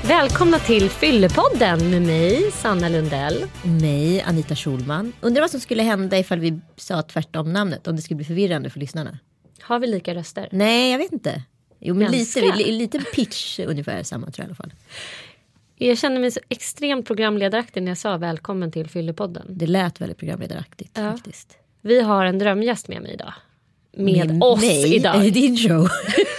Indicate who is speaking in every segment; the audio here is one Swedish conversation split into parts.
Speaker 1: Välkomna till Fyllepodden med mig, Sanna Lundell.
Speaker 2: Mig, Anita Schulman. Undrar vad som skulle hända ifall vi sa tvärtom namnet. Om det skulle bli förvirrande för lyssnarna.
Speaker 1: Har vi lika röster?
Speaker 2: Nej, jag vet inte. Jo, men
Speaker 1: Ganska.
Speaker 2: lite pitch ungefär samma tror jag i alla fall.
Speaker 1: Jag känner mig så extremt programledaraktig när jag sa välkommen till Fyllepodden.
Speaker 2: Det lät väldigt programledaraktigt faktiskt.
Speaker 1: Vi har en drömgäst med mig idag. Med oss idag.
Speaker 2: Är det din show?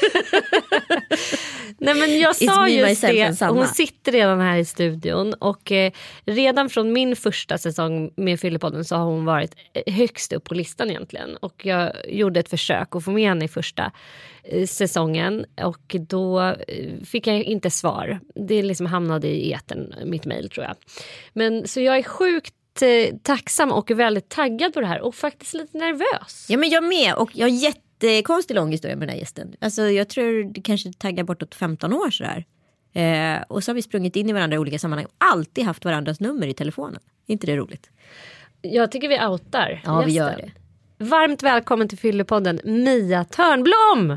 Speaker 1: Nej, men jag sa
Speaker 2: me,
Speaker 1: just
Speaker 2: myself
Speaker 1: det. Hon sitter redan här i studion. Och redan från min första säsong med Fyllepodden så har hon varit högst upp på listan egentligen. Och jag gjorde ett försök att få med henne i första säsongen. Och då fick jag inte svar. Det liksom hamnade i etern, mitt mejl tror jag. Men så jag är sjukt tacksam och väldigt taggad på det här. Och faktiskt lite nervös.
Speaker 2: Ja, men jag med. Och jag har jättekonstig lång historia med den här gästen. Alltså jag tror det kanske taggar bortåt 15 år sådär. Och så har vi sprungit in i varandra i olika sammanhang. Alltid haft varandras nummer i telefonen. Inte det roligt?
Speaker 1: Jag tycker vi outar.
Speaker 2: Ja, vi gör det.
Speaker 1: Varmt välkommen till Fyllepodden, Mia Törnblom!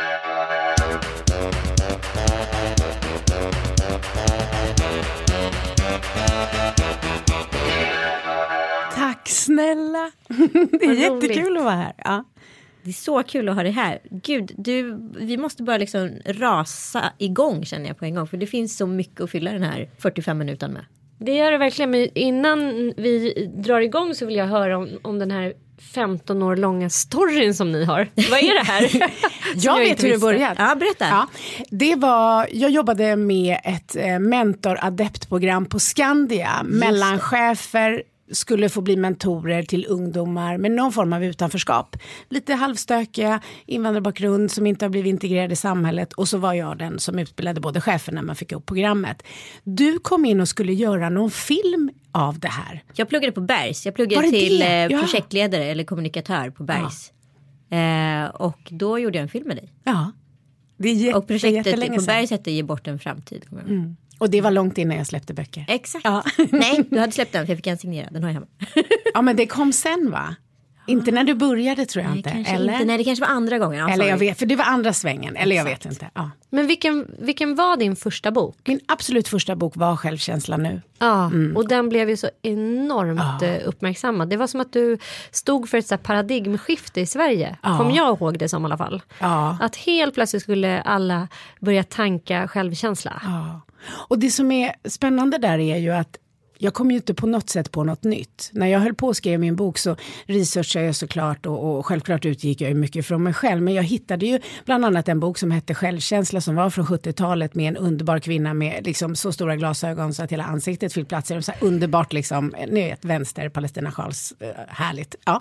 Speaker 3: Tack snälla. Det är jättekul att vara här. Ja.
Speaker 2: Det är så kul att ha det här. Gud, vi måste bara liksom rasa igång känner jag på en gång. För det finns så mycket att fylla den här 45 minuter med.
Speaker 1: Det gör det verkligen. Men innan vi drar igång så vill jag höra om den här 15 år långa storyn som ni har. Vad är det här?
Speaker 3: Jag vet hur det började.
Speaker 2: Ja, berätta.
Speaker 3: Ja, jag jobbade med ett mentor-adept-program på Skandia. Mellanchefer skulle få bli mentorer till ungdomar med någon form av utanförskap. Lite halvstökiga, invandrarbakgrund som inte har blivit integrerade i samhället. Och så var jag den som utbildade både cheferna när man fick upp programmet. Du kom in och skulle göra någon film av det här.
Speaker 2: Jag pluggade på Bergs. Jag pluggade till projektledare eller kommunikatör på Bergs. Och då gjorde jag en film med dig.
Speaker 3: Ja, det är
Speaker 2: och projektet på Bergs hette Ge bort en framtid.
Speaker 3: Och det var långt innan jag släppte böcker.
Speaker 2: Exakt. Ja. Nej, du hade släppt den för jag fick en signera. Den har jag hemma.
Speaker 3: Ja, men det kom sen va? Inte när du började tror jag inte. Eller?
Speaker 2: Inte. Nej, det kanske var andra gången.
Speaker 3: Eller jag vet, för det var andra svängen. Eller jag vet inte. Ja.
Speaker 1: Men vilken var din första bok?
Speaker 3: Min absolut första bok var Självkänsla nu.
Speaker 1: Ja, och den blev ju så enormt uppmärksammad. Det var som att du stod för ett så här paradigmskifte i Sverige. Kom jag ihåg det som i alla fall. Ja. Att helt plötsligt skulle alla börja tanka självkänsla.
Speaker 3: Ja. Och det som är spännande där är ju att jag kom ju inte på något sätt på något nytt. När jag höll på att skriva min bok så researchade jag såklart och självklart utgick jag ju mycket från mig själv. Men jag hittade ju bland annat en bok som hette Självkänsla som var från 70-talet med en underbar kvinna med liksom så stora glasögon så att hela ansiktet fick plats. Så underbart liksom, ni vet, vänster, Palestina Charles, härligt. Ja.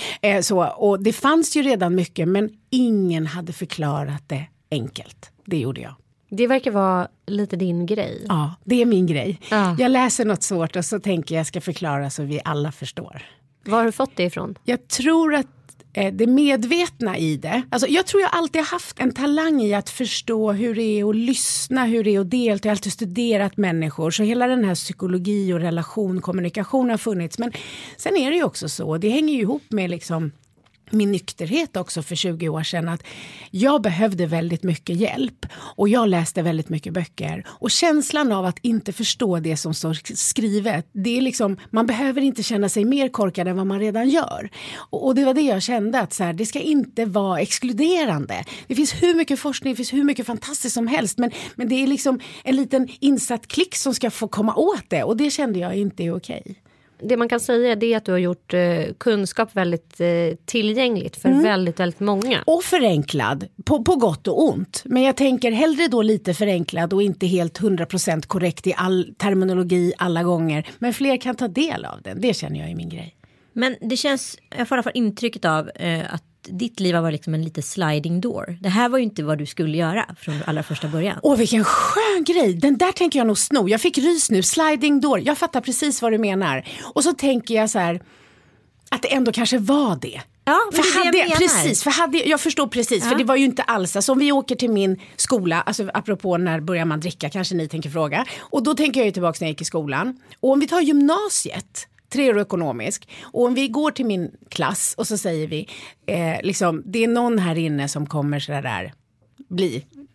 Speaker 3: Och det fanns ju redan mycket men ingen hade förklarat det enkelt. Det gjorde jag.
Speaker 1: Det verkar vara lite din grej.
Speaker 3: Ja, det är min grej. Ja. Jag läser något svårt och så tänker jag ska förklara så vi alla förstår.
Speaker 1: Var har du fått det ifrån?
Speaker 3: Jag tror att det medvetna i det. Alltså jag tror jag alltid har haft en talang i att förstå hur det är att lyssna, hur det är att delta. Jag har alltid studerat människor. Så hela den här psykologi och relation, kommunikation har funnits. Men sen är det ju också så. Det hänger ju ihop med liksom min nykterhet också för 20 år sedan att jag behövde väldigt mycket hjälp och jag läste väldigt mycket böcker och känslan av att inte förstå det som står skrivet, det är liksom, man behöver inte känna sig mer korkad än vad man redan gör och det var det jag kände att så här, det ska inte vara exkluderande. Det finns hur mycket forskning, det finns hur mycket fantastiskt som helst men det är liksom en liten insatt klick som ska få komma åt det och det kände jag inte är okej.
Speaker 1: Det man kan säga är att du har gjort kunskap väldigt tillgängligt för väldigt, väldigt många.
Speaker 3: Och förenklad, på gott och ont. Men jag tänker hellre då lite förenklad och inte helt 100% korrekt i all terminologi alla gånger. Men fler kan ta del av den, det känner jag är min grej.
Speaker 2: Men det känns, jag får i alla fall intrycket av att ditt liv var liksom en lite sliding door. Det här var ju inte vad du skulle göra från allra första början.
Speaker 3: Åh, vilken skön grej. Den där tänker jag nog sno. Jag fick rys nu. Sliding door. Jag fattar precis vad du menar. Och så tänker jag så här att det ändå kanske var det.
Speaker 2: Ja, men
Speaker 3: för
Speaker 2: det jag
Speaker 3: precis, jag förstår precis, för det var ju inte alls, alltså om vi åker till min skola, alltså apropå när börjar man dricka, kanske ni tänker fråga, och då tänker jag ju tillbaka när jag gick i skolan, och om vi tar gymnasiet, 3 år ekonomisk, och om vi går till min klass och så säger vi, liksom, det är någon här inne som kommer så där bli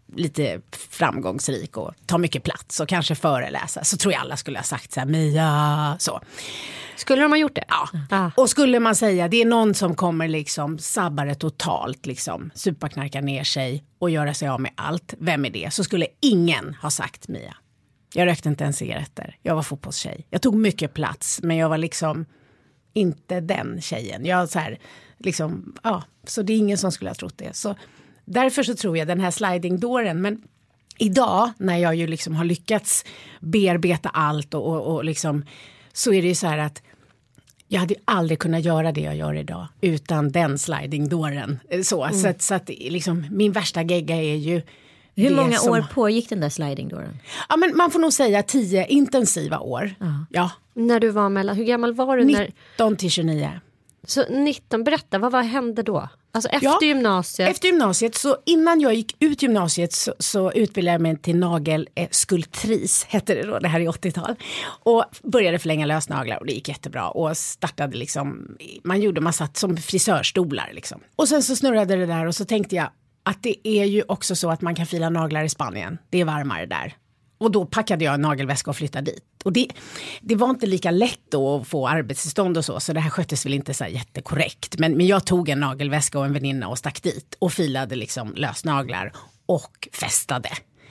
Speaker 3: lite framgångsrik och tar mycket plats och kanske föreläsa, så tror jag alla skulle ha sagt så här, Mia, så.
Speaker 1: Skulle de ha gjort det?
Speaker 3: Ja. Och skulle man säga, det är någon som kommer liksom sabba det totalt, liksom superknarka ner sig och göra sig av med allt, vem är det? Så skulle ingen ha sagt Mia. Jag rökte inte ens cigaretter, jag var fotbollstjej. Jag tog mycket plats, men jag var liksom inte den tjejen. Jag så här, liksom, så det är ingen som skulle ha trott det. Så därför så tror jag den här sliding-dåren, men idag när jag ju liksom har lyckats bearbeta allt och liksom, så är det ju så här att jag hade aldrig kunnat göra det jag gör idag utan den sliding-dåren. Så att liksom, min värsta gegga är ju...
Speaker 2: Hur många år pågick den där sliding-dåren?
Speaker 3: Ja, men man får nog säga 10 intensiva år. Ja.
Speaker 1: När du var hur gammal var du?
Speaker 3: 19 till 29.
Speaker 1: Så 19, berätta, vad hände då? Alltså efter gymnasiet?
Speaker 3: Efter gymnasiet, så innan jag gick ut gymnasiet så utbildade jag mig till nagelskulptris, hette det då, det här är 80-tal. Och började förlänga lösnaglar och det gick jättebra. Och startade liksom, man satt som frisörstolar liksom. Och sen så snurrade det där och så tänkte jag att det är ju också så att man kan fila naglar i Spanien. Det är varmare där. Och då packade jag en nagelväska och flyttade dit. Och det var inte lika lätt då att få arbetstillstånd och så det här sköttes väl inte så här jättekorrekt. Men jag tog en nagelväska och en väninna och stack dit och filade liksom lösnaglar och fästade.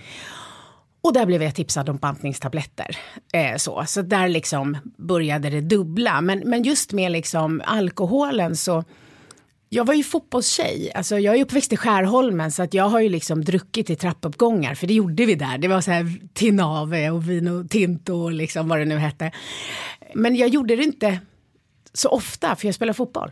Speaker 3: Och där blev jag tipsad om bantningstabletter. Så där liksom började det dubbla. Men just med liksom alkoholen så... Jag var ju fotbollstjej, alltså jag är uppväxt i Skärholmen så att jag har ju liksom druckit i trappuppgångar, för det gjorde vi där. Det var så här Tinave och Vino Tinto och liksom vad det nu hette. Men jag gjorde det inte så ofta för jag spelar fotboll.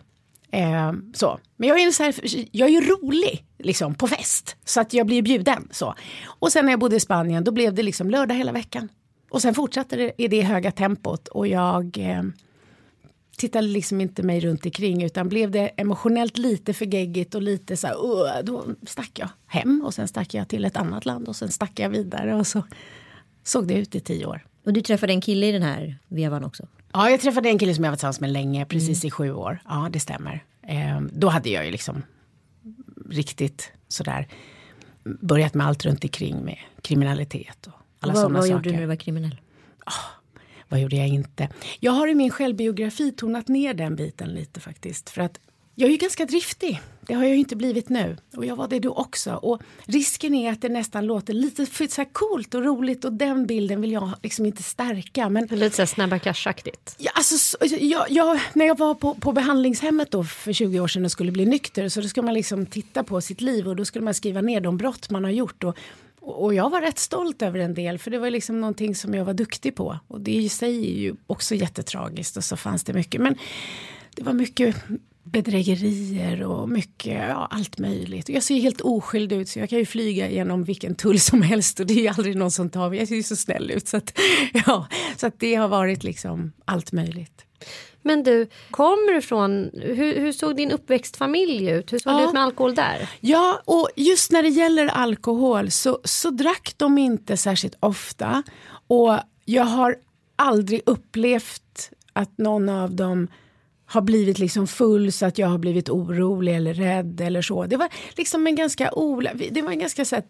Speaker 3: Men jag är ju rolig liksom på fest så att jag blir bjuden så. Och sen när jag bodde i Spanien då blev det liksom lördag hela veckan. Och sen fortsatte det i det höga tempot och jag... tittade liksom inte mig runt omkring utan blev det emotionellt lite för geggigt och lite så här, då stack jag hem och sen stack jag till ett annat land och sen stack jag vidare och så såg det ut i 10 år.
Speaker 2: Och du träffade en kille i den här vevan också?
Speaker 3: Ja, jag träffade en kille som jag var tillsammans med länge, precis i 7 år. Ja, det stämmer. Då hade jag ju liksom riktigt sådär börjat med allt runt omkring med kriminalitet och alla sådana saker.
Speaker 2: Vad gjorde du när du var kriminell?
Speaker 3: Vad gjorde jag inte? Jag har i min självbiografi tonat ner den biten lite faktiskt. För att jag är ju ganska driftig. Det har jag ju inte blivit nu. Och jag var det då också. Och risken är att det nästan låter lite för så här coolt och roligt. Och den bilden vill jag liksom inte stärka. Men
Speaker 1: lite så här Snabba Cash-aktigt.
Speaker 3: Ja, alltså, när jag var på behandlingshemmet då för 20 år sedan och skulle bli nykter. Så då ska man liksom titta på sitt liv. Och då skulle man skriva ner de brott man har gjort. Och jag var rätt stolt över en del, för det var liksom någonting som jag var duktig på. Och det i sig är ju också jättetragiskt och så fanns det mycket. Men det var mycket bedrägerier och mycket, allt möjligt. Och jag ser helt oskyldig ut så jag kan ju flyga genom vilken tull som helst och det är ju aldrig någon som tar mig. Jag ser ju så snäll ut så att det har varit liksom allt möjligt.
Speaker 1: Men du, kommer du från, hur såg din uppväxtfamilj ut? Hur såg det ut med alkohol där? Ja, och just när det gäller alkohol så drack de inte särskilt ofta. Och jag har aldrig upplevt att någon av dem har blivit liksom full så att jag har blivit orolig eller rädd eller så. Det var liksom en ganska så här,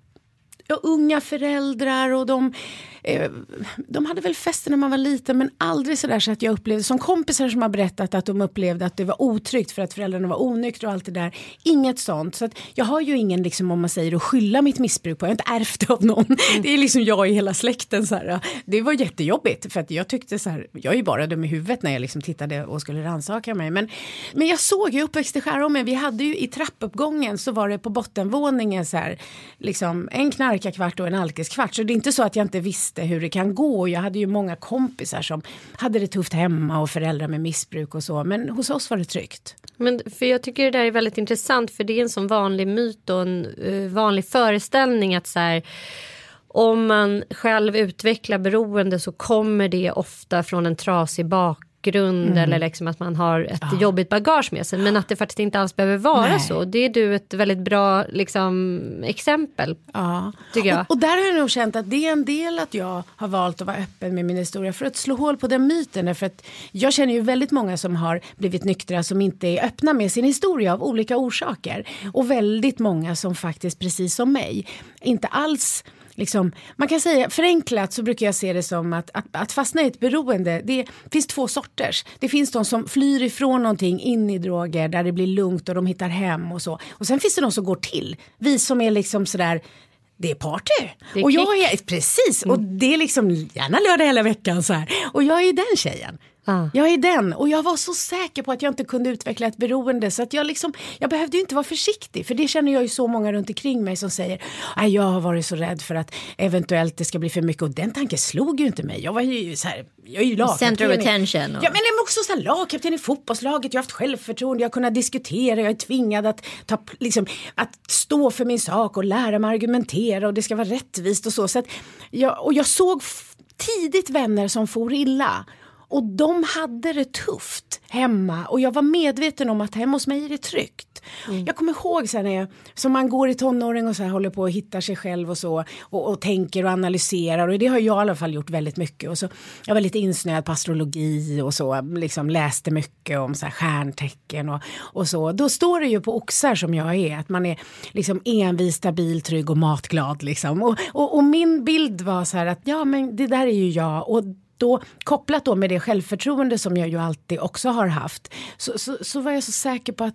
Speaker 1: unga föräldrar och de hade väl fester när man var liten men aldrig sådär så att jag upplevde som kompisar som har berättat att de upplevde att det var otryggt för att föräldrarna var onyktra och allt det där. Inget sånt. Så att jag har ju ingen liksom, om man säger, att skylla mitt missbruk på. Jag har inte ärvt av någon. Det är liksom jag i hela släkten så här. Det var jättejobbigt för att jag tyckte så här, jag är ju bara dum i huvudet när jag liksom tittade och skulle rannsaka mig. Men jag såg ju uppväxt i Skärholmen. Vi hade ju i trappuppgången så var det på bottenvåningen så här liksom en knarkarkvart och en alkiskvart. Så det är inte så att jag inte visste hur det kan gå. Jag hade ju många kompisar som hade det tufft hemma och föräldrar med missbruk och så. Men hos oss var det tryggt. Men för jag tycker det där är väldigt intressant för det är en sån vanlig myt och en vanlig föreställning att så här, om man själv utvecklar beroende så kommer det ofta från en trasig bakgrund bakgrund eller liksom att man har ett jobbigt bagage med sig. Men att det faktiskt inte alls behöver vara så. Det är du ett väldigt bra liksom, exempel, tycker jag.
Speaker 3: Och där har jag nog känt att det är en del att jag har valt att vara öppen med min historia för att slå hål på den myten. För att jag känner ju väldigt många som har blivit nyktra som inte är öppna med sin historia av olika orsaker. Och väldigt många som faktiskt, precis som mig, inte alls... Liksom, man kan säga, förenklat så brukar jag se det som att fastna i ett beroende, det finns 2 sorters. Det finns de som flyr ifrån någonting in i droger där det blir lugnt och de hittar hem och så. Och sen finns det de som går till. Vi som är liksom sådär, det är party.
Speaker 1: Det är
Speaker 3: och jag är, precis, och det är liksom gärna lördag hela veckan så här. Och jag är den tjejen. Jag är den, och jag var så säker på att jag inte kunde utveckla ett beroende så att jag behövde ju inte vara försiktig, för det känner jag ju så många runt omkring mig som säger jag har varit så rädd för att eventuellt det ska bli för mycket, och den tanken slog ju inte mig. Jag var ju så här, jag är ju lagkapten.
Speaker 2: Center of attention.
Speaker 3: Ja, men jag är också så här, lagkapten i fotbollslaget, jag har haft självförtroende, jag har kunnat diskutera, jag är tvingad att att stå för min sak och lära mig argumentera, och det ska vara rättvist och så att jag såg tidigt vänner som for illa. Och de hade det tufft hemma. Och jag var medveten om att hemma hos mig är det tryggt. Jag kommer ihåg så här som man går i tonåring och så här håller på och hittar sig själv och så. Och tänker och analyserar. Och det har jag i alla fall gjort väldigt mycket. Och så, jag var lite insnöad på astrologi och så. Liksom läste mycket om så här stjärntecken och så. Då står det ju på oxar som jag är. Att man är liksom envis, stabil, trygg och matglad liksom. Och min bild var så här att men det där är ju jag. Och då, kopplat då med det självförtroende som jag ju alltid också har haft, så var jag så säker på att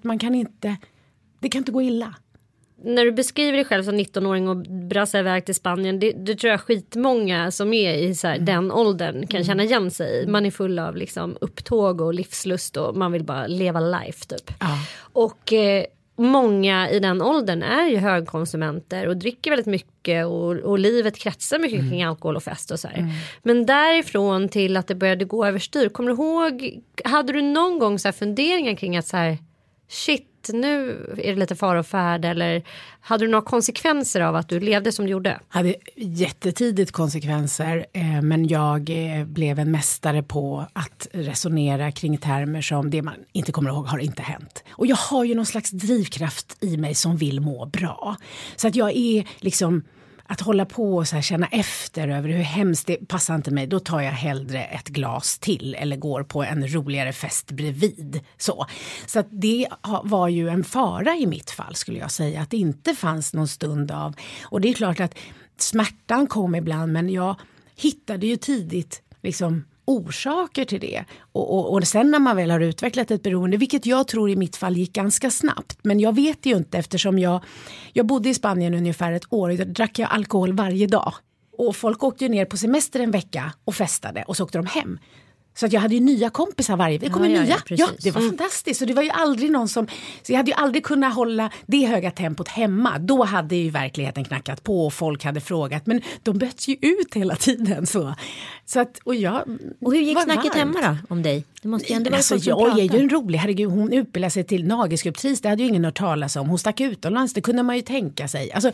Speaker 3: det kan inte gå illa.
Speaker 1: När du beskriver dig själv som 19-åring och brassar iväg till Spanien, det tror jag skitmånga som är i så här, den åldern kan känna igen sig. Man är full av liksom, upptåg och livslust och man vill bara leva life typ. Och många i den åldern är ju högkonsumenter och dricker väldigt mycket och livet kretsar mycket kring alkohol och fest och så här. Men därifrån till att det började gå överstyr, kommer du ihåg, hade du någon gång så här funderingar kring att så här, shit, nu är det lite fara och färd, eller hade du några konsekvenser av att du levde som du gjorde?
Speaker 3: Jag hade jättetidigt konsekvenser, men jag blev en mästare på att resonera kring termer som det man inte kommer ihåg har inte hänt. Och jag har ju någon slags drivkraft i mig som vill må bra. Så att jag är liksom... Att hålla på och så här känna efter över hur hemskt det passar inte mig, då tar jag hellre ett glas till eller går på en roligare fest bredvid. Så att det var ju en fara i mitt fall, skulle jag säga, att det inte fanns någon stund av. Och det är klart att smärtan kom ibland, men jag hittade ju tidigt liksom orsaker till det. Och sen när man väl har utvecklat ett beroende, vilket jag tror i mitt fall gick ganska snabbt, men jag vet ju inte, eftersom jag bodde i Spanien ungefär ett år och då drack jag alkohol varje dag. Och folk åkte ju ner på semester en vecka och festade och så åkte de hem. Så att jag hade ju nya kompisar varje vecka. Ja, det var fantastiskt. Så det var ju aldrig någon som... Så jag hade ju aldrig kunnat hålla det höga tempot hemma. Då hade ju verkligheten knackat på och folk hade frågat. Men de böts ju ut hela tiden. Så att, och
Speaker 2: hur gick snacket hemma då om dig? Det måste ju ändå vara så
Speaker 3: jag är ju en rolig, herregud, hon utbildade sig till nagelskulptris. Det hade ju ingen hört talas om. Hon stack utomlands, det kunde man ju tänka sig. Alltså,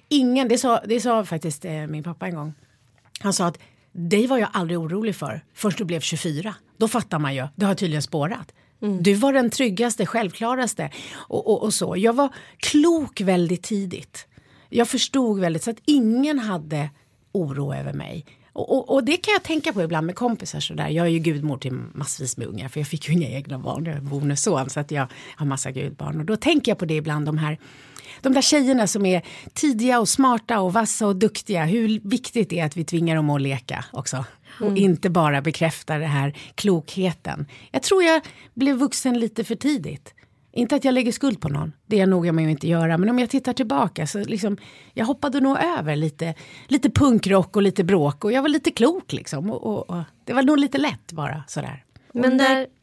Speaker 3: det sa faktiskt min pappa en gång. Han sa att dig var jag aldrig orolig för först du blev 24. Då fattar man ju, det har tydligen spårat. Du var den tryggaste, självklaraste och så. Jag var klok väldigt tidigt. Jag förstod väldigt, så att ingen hade oro över mig. Och det kan jag tänka på ibland med kompisar sådär. Jag är ju gudmor till massvis med ungar, för jag fick ju inga egna barn. Jag är bonusson, så att jag har massa gudbarn. Och då tänker jag på det ibland, de där tjejerna som är tidiga och smarta och vassa och duktiga. Hur viktigt det är att vi tvingar dem att leka också. Och inte bara bekräfta det här klokheten. Jag tror jag blev vuxen lite för tidigt. Inte att jag lägger skuld på någon. Det är jag nog med att inte göra. Men om jag tittar tillbaka så liksom, jag hoppade nog över lite punkrock och lite bråk. Och jag var lite klok liksom. Och det var nog lite lätt bara sådär.
Speaker 1: Men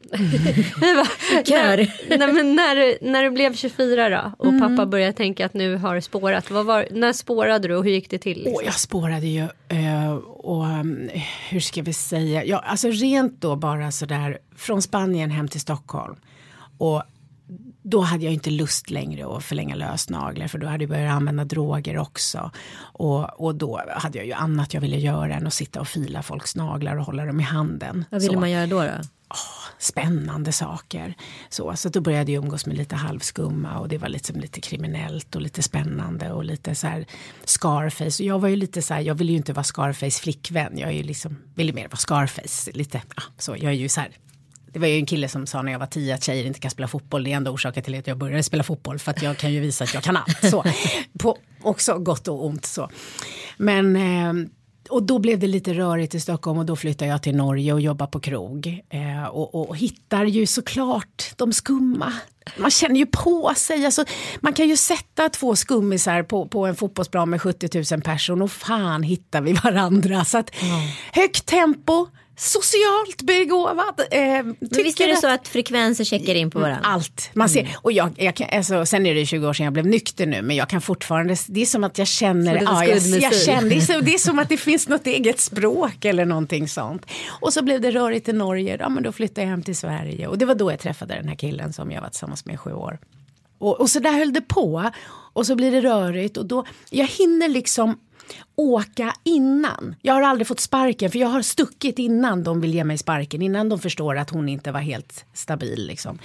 Speaker 1: när du blev 24 då och pappa började tänka att nu har det spårat, när spårade du och hur gick det till?
Speaker 3: Jag spårade ju och hur ska vi säga, alltså rent då bara sådär från Spanien hem till Stockholm, och då hade jag inte lust längre att förlänga lösnaglar, för då hade jag börjat använda droger också. Och då hade jag ju annat jag ville göra än att sitta och fila folks naglar och hålla dem i handen.
Speaker 2: Vad ville man göra då?
Speaker 3: spännande saker. Så då började jag umgås med lite halvskumma och det var liksom lite kriminellt och lite spännande och lite så här Scarface. Och jag var ju lite så här, jag ville ju inte vara Scarface flickvän. Jag är ju liksom, ville mer vara Scarface. Lite, så jag är ju så här. Det var ju en kille som sa när jag var 10 att tjejer inte kan spela fotboll. Det är ändå orsaken till att jag började spela fotboll. För att jag kan ju visa att jag kan allt. Så, på också gott och ont så. Men... Och då blev det lite rörigt i Stockholm och då flyttade jag till Norge och jobbar på krog. Och hittar ju såklart de skumma. Man känner ju på sig. Alltså, man kan ju sätta 2 skummisar på en fotbollsplan med 70 000 personer och fan hittar vi varandra. Så att högt tempo, socialt begåvad.
Speaker 2: Men visst är det så att frekvenser checkar in på varandra?
Speaker 3: Allt. Man ser, och jag kan, alltså, sen är det 20 år sedan jag blev nykter nu, men jag kan fortfarande, det är som att jag känner, jag känner det är som att det finns något eget språk eller någonting sånt. Och så blev det rörigt i Norge, men då flyttade jag hem till Sverige och det var då jag träffade den här killen som jag var tillsammans med i 7 år. Och så där höll det på och så blir det rörigt och då, jag hinner liksom åka innan. Jag har aldrig fått sparken för jag har stuckit innan de vill ge mig sparken. Innan de förstår att hon inte var helt stabil liksom.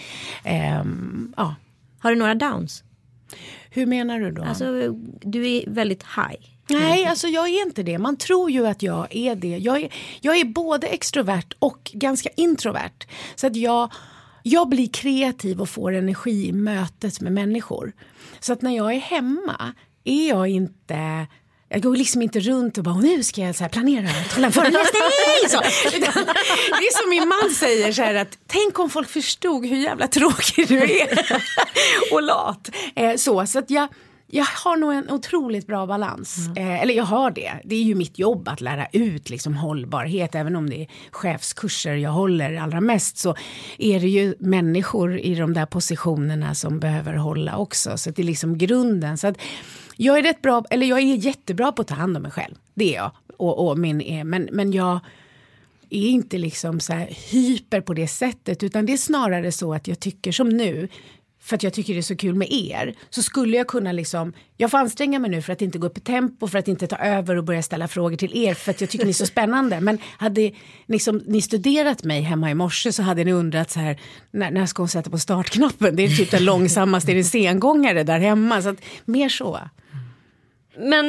Speaker 2: Har du några downs?
Speaker 3: Hur menar du då?
Speaker 2: Alltså du är väldigt high.
Speaker 3: Nej, alltså jag är inte det. Man tror ju att jag är det. Jag är både extrovert och ganska introvert. Så att jag blir kreativ och får energi i mötet med människor. Så att när jag är hemma är jag inte... Jag går liksom inte runt och bara, nu ska jag så här planera att hålla en föreläsning. Det är som min man säger så här att tänk om folk förstod hur jävla tråkig du är och lat. Så att jag har nog en otroligt bra balans. Eller jag har det. Det är ju mitt jobb att lära ut liksom hållbarhet. Även om det är chefskurser jag håller allra mest så är det ju människor i de där positionerna som behöver hålla också. Så det är liksom grunden. Så att jag är rätt bra, eller jag är jättebra på att ta hand om mig själv. Det är jag. Men jag är inte liksom så här hyper på det sättet. Utan det är snarare så att jag tycker som nu... För att jag tycker det är så kul med er. Så skulle jag kunna liksom... Jag får anstränga mig nu för att inte gå upp i tempo. För att inte ta över och börja ställa frågor till er. För att jag tycker ni är så spännande. Men hade liksom, ni studerat mig hemma i morse så hade ni undrat så här... När ska hon sätta på startknappen? Det är typ den långsammaste, det är en sengångare där hemma. Så att, mer så.
Speaker 1: Men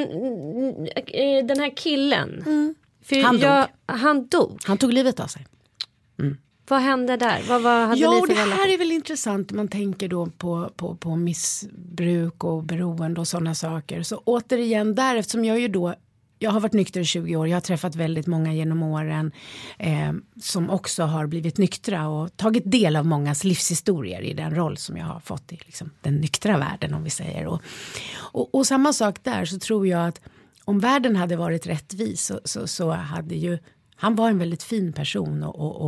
Speaker 1: den här killen... Han dog.
Speaker 3: Han tog livet av sig.
Speaker 1: Vad hände där? Vad hade ni för
Speaker 3: det här är väl intressant. Man tänker då på missbruk och beroende och sådana saker. Så återigen där, eftersom jag har varit nykter i 20 år. Jag har träffat väldigt många genom åren som också har blivit nyktra och tagit del av mångas livshistorier i den roll som jag har fått i liksom, den nyktra världen om vi säger. Och samma sak där så tror jag att om världen hade varit rättvis så hade ju, han var en väldigt fin person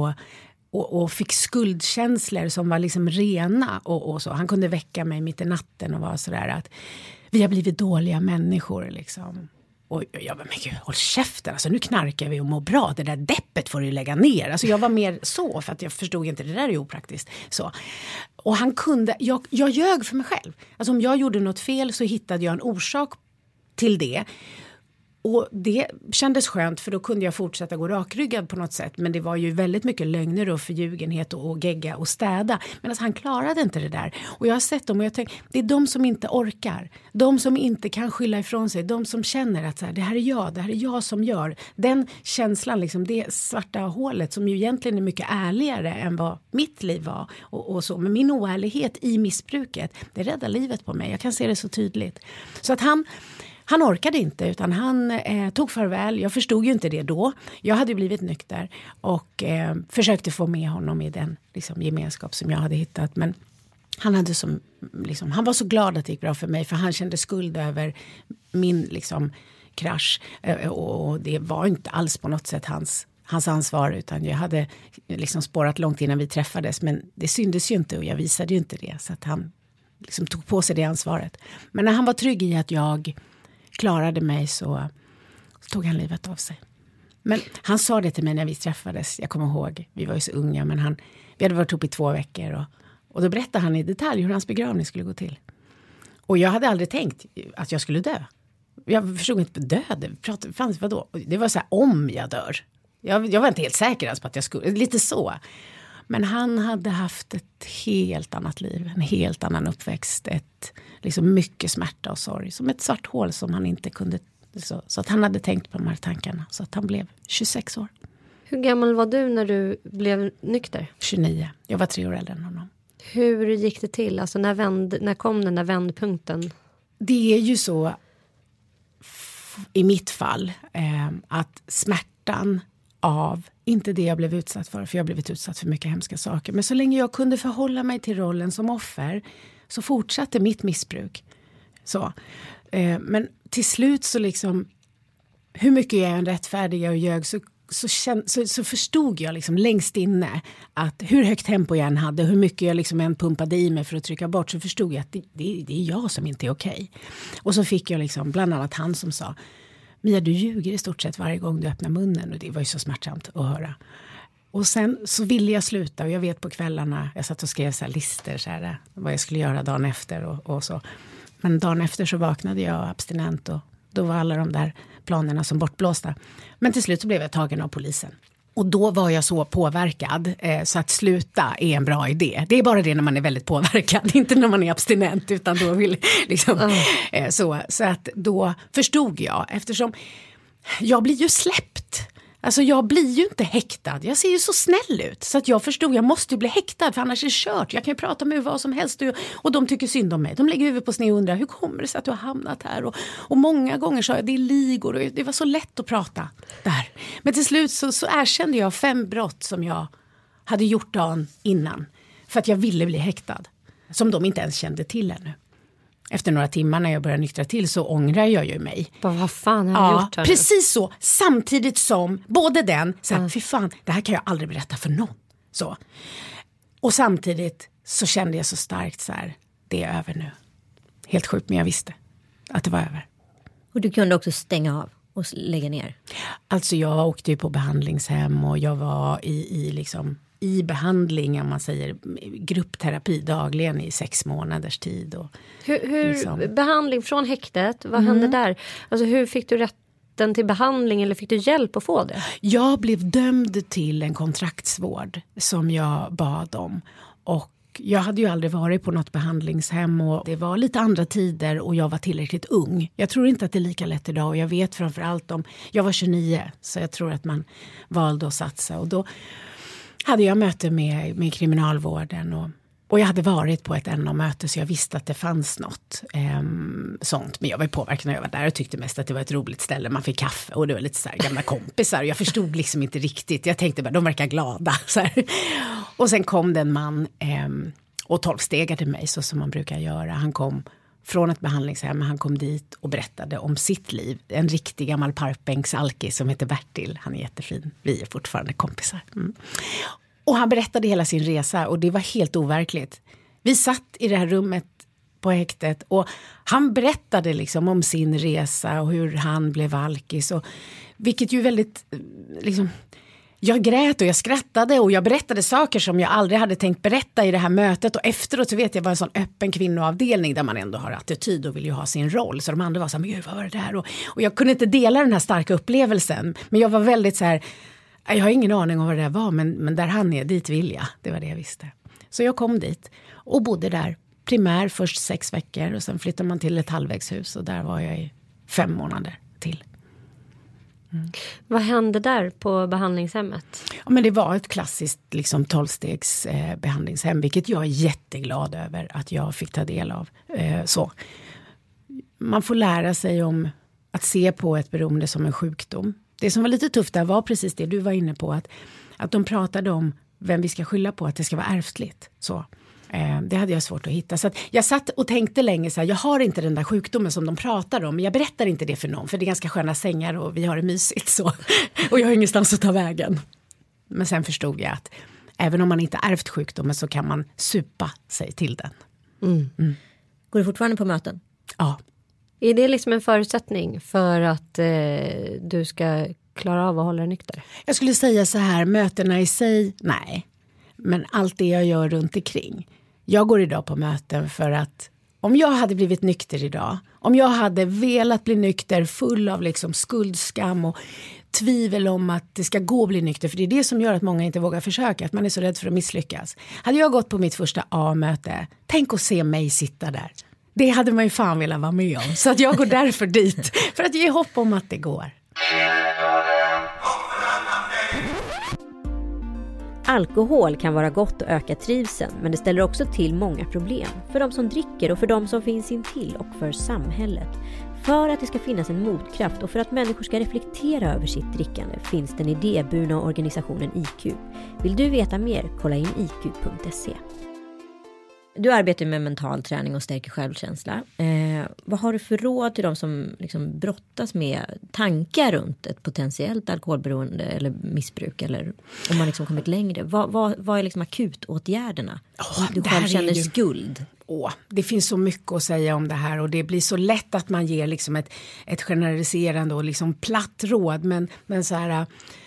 Speaker 3: och fick skuldkänslor som var liksom rena och så. Han kunde väcka mig mitt i natten och vara sådär att vi har blivit dåliga människor liksom. Och jag bara, men gud, håll käften. Alltså nu knarkar vi och mår bra. Det där deppet får du lägga ner. Alltså jag var mer så för att jag förstod inte, det där är opraktiskt. Så. Och han kunde, jag ljög för mig själv. Alltså om jag gjorde något fel så hittade jag en orsak till det. Och det kändes skönt för då kunde jag fortsätta gå rakryggad på något sätt. Men det var ju väldigt mycket lögner och förljugenhet och gegga och städa. Men alltså han klarade inte det där. Och jag har sett dem och jag tänker, det är de som inte orkar. De som inte kan skylla ifrån sig. De som känner att så här, det här är jag som gör. Den känslan, liksom, det svarta hålet som ju egentligen är mycket ärligare än vad mitt liv var. Och så. Men min oärlighet i missbruket, det räddar livet på mig. Jag kan se det så tydligt. Så att han orkade inte utan han tog farväl. Jag förstod ju inte det då. Jag hade blivit nykter och försökte få med honom i den liksom, gemenskap som jag hade hittat. Men han han var så glad att det gick bra för mig för han kände skuld över min liksom, krasch. Och det var inte alls på något sätt hans ansvar utan jag hade liksom spårat långt innan vi träffades. Men det syndes ju inte och jag visade ju inte det så att han liksom, tog på sig det ansvaret. Men när han var trygg i att jag klarade mig så tog han livet av sig. Men han sa det till mig när vi träffades. Jag kommer ihåg, vi var ju så unga men vi hade varit ihop i 2 veckor och då berättade han i detalj hur hans begravning skulle gå till. Och jag hade aldrig tänkt att jag skulle dö. Jag förstod inte på död. Vadå? Det var så här, om jag dör. Jag var inte helt säker på att jag skulle, lite så. Men han hade haft ett helt annat liv, en helt annan uppväxt, liksom mycket smärta och sorg. Som ett svart hål som han inte kunde... Så att han hade tänkt på de här tankarna. Så att han blev 26 år.
Speaker 1: Hur gammal var du när du blev nykter?
Speaker 3: 29. Jag var 3 år äldre än honom.
Speaker 1: Hur gick det till? Alltså när kom den där vändpunkten?
Speaker 3: Det är ju så i mitt fall att smärtan av, inte det jag blev utsatt för jag har blivit utsatt för mycket hemska saker, men så länge jag kunde förhålla mig till rollen som offer så fortsatte mitt missbruk. Så. Men till slut så liksom, hur mycket jag än rättfärdiga och ljög så förstod jag liksom längst inne att hur högt tempo jag än hade, hur mycket jag liksom än pumpade i mig för att trycka bort, så förstod jag att det är jag som inte är okej. Och så fick jag liksom bland annat han som sa: Mia, du ljuger i stort sett varje gång du öppnar munnen. Och det var ju så smärtsamt att höra. Och sen så ville jag sluta, och jag vet på kvällarna, jag satt och skrev så här lister så här, vad jag skulle göra dagen efter och så. Men dagen efter så vaknade jag abstinent, och då var alla de där planerna som bortblåsta. Men till slut så blev jag tagen av polisen. Och då var jag så påverkad så att sluta är en bra idé. Det är bara det när man är väldigt påverkad, inte när man är abstinent, utan då vill liksom så att då förstod jag, eftersom jag blir ju släppt. Alltså jag blir ju inte häktad. Jag ser ju så snäll ut. Så att jag förstod, jag måste ju bli häktad, för annars är det kört. Jag kan ju prata med vad som helst och de tycker synd om mig. De lägger huvudet på sned och undrar, hur kommer det sig att du har hamnat här? Och många gånger sa jag, det är ligor, och det var så lätt att prata där. Men till slut så erkände jag 5 brott som jag hade gjort dagen innan. För att jag ville bli häktad. Som de inte ens kände till ännu. Efter några timmar när jag började nyktra till så ångrar jag ju mig.
Speaker 1: Vad fan har jag gjort här?
Speaker 3: Precis så. Samtidigt som både den, så här, fy fan, det här kan jag aldrig berätta för någon. Så. Och samtidigt så kände jag så starkt så här, det är över nu. Helt sjukt, men jag visste att det var över.
Speaker 2: Och du kunde också stänga av och lägga ner?
Speaker 3: Alltså jag åkte ju på behandlingshem, och jag var i behandling, om man säger gruppterapi dagligen i 6 månaders tid. Och
Speaker 1: hur
Speaker 3: liksom.
Speaker 1: Behandling från häktet, vad hände där? Alltså hur fick du rätten till behandling, eller fick du hjälp att få det? Jag blev dömd till en kontraktsvård som jag bad om, och jag hade ju aldrig varit på något behandlingshem, och det var lite andra tider och jag var tillräckligt ung. Jag tror inte att det är lika lätt idag, och jag vet framförallt om, jag var 29, så jag tror att man valde att satsa, och då hade jag möte med kriminalvården, och jag hade varit på ett NO-möte, så jag visste att det fanns något sånt. Men jag var påverkad när jag var där och tyckte mest att det var ett roligt ställe. Man fick kaffe och det var lite så här gamla kompisar. Jag förstod liksom inte riktigt. Jag tänkte bara, de verkar glada. Så här. Och sen kom det en man och 12-stegade mig, så som man brukar göra. Han kom från ett behandlingshem, han kom dit och berättade om sitt liv. En riktig gammal parkbänksalki som heter Bertil. Han är jättefin. Vi är fortfarande kompisar. Och han berättade hela sin resa, och det var helt overkligt. Vi satt i det här rummet på häktet, och han berättade liksom om sin resa och hur han blev alkis. Och, vilket ju väldigt liksom... Jag grät och jag skrattade, och jag berättade saker som jag aldrig hade tänkt berätta i det här mötet. Och efteråt så vet jag, var en sån öppen kvinnoavdelning där man ändå har attityd och vill ju ha sin roll. Så de andra var så här, men gud, vad var det där? Och jag kunde inte dela den här starka upplevelsen. Men jag var väldigt så här, jag har ingen aning om vad det där var, men där han är, dit vill jag. Det var det jag visste. Så jag kom dit och bodde där primär först 6 veckor, och sen flyttade man till ett halvvägshus, och där var jag i 5 månader till. Vad hände där på behandlingshemmet? Ja, men det var ett klassiskt liksom 12-stegs behandlingshem, vilket jag är jätteglad över att jag fick ta del av. Så. Man får lära sig om att se på ett beroende som en sjukdom. Det som var lite tufft där var precis det du var inne på, att de pratade om vem vi ska skylla på, att det ska vara ärftligt. Så. Det hade jag svårt att hitta. Så att jag satt och tänkte länge så här, jag har inte den där sjukdomen som de pratar om, men jag berättar inte det för någon, för det är ganska sköna sängar och vi har det mysigt så. Och jag har ingenstans att ta vägen. Men sen förstod jag att även om man inte ärvt sjukdomen, så kan man supa sig till den.
Speaker 2: Går du fortfarande på möten?
Speaker 3: Ja.
Speaker 1: Är det liksom en förutsättning för att du ska klara av att hålla dig nykter?
Speaker 3: Jag skulle säga så här, mötena i sig, nej. Men allt det jag gör runt omkring. Jag går idag på möten för att om jag hade blivit nykter idag, om jag hade velat bli nykter full av liksom skuldskam och tvivel om att det ska gå att bli nykter. För det är det som gör att många inte vågar försöka. Att man är så rädd för att misslyckas. Hade jag gått på mitt första A-möte, tänk att se mig sitta där. Det hade man ju fan velat vara med om. Så att jag går därför dit. För att ge hopp om att det går.
Speaker 2: Alkohol kan vara gott och öka trivseln, men det ställer också till många problem. För de som dricker och för de som finns intill och för samhället. För att det ska finnas en motkraft och för att människor ska reflektera över sitt drickande finns den idéburna organisationen IQ. Vill du veta mer? Kolla in iq.se. Du arbetar med mental träning och stärker självkänsla. Vad har du för råd till de som liksom brottas med tankar runt ett potentiellt alkoholberoende eller missbruk? Eller om man liksom kommit längre. Vad är liksom akutåtgärderna? Du själv känner skuld.
Speaker 3: Det finns så mycket att säga om det här och det blir så lätt att man ger liksom ett generaliserande och liksom platt råd. Men så här...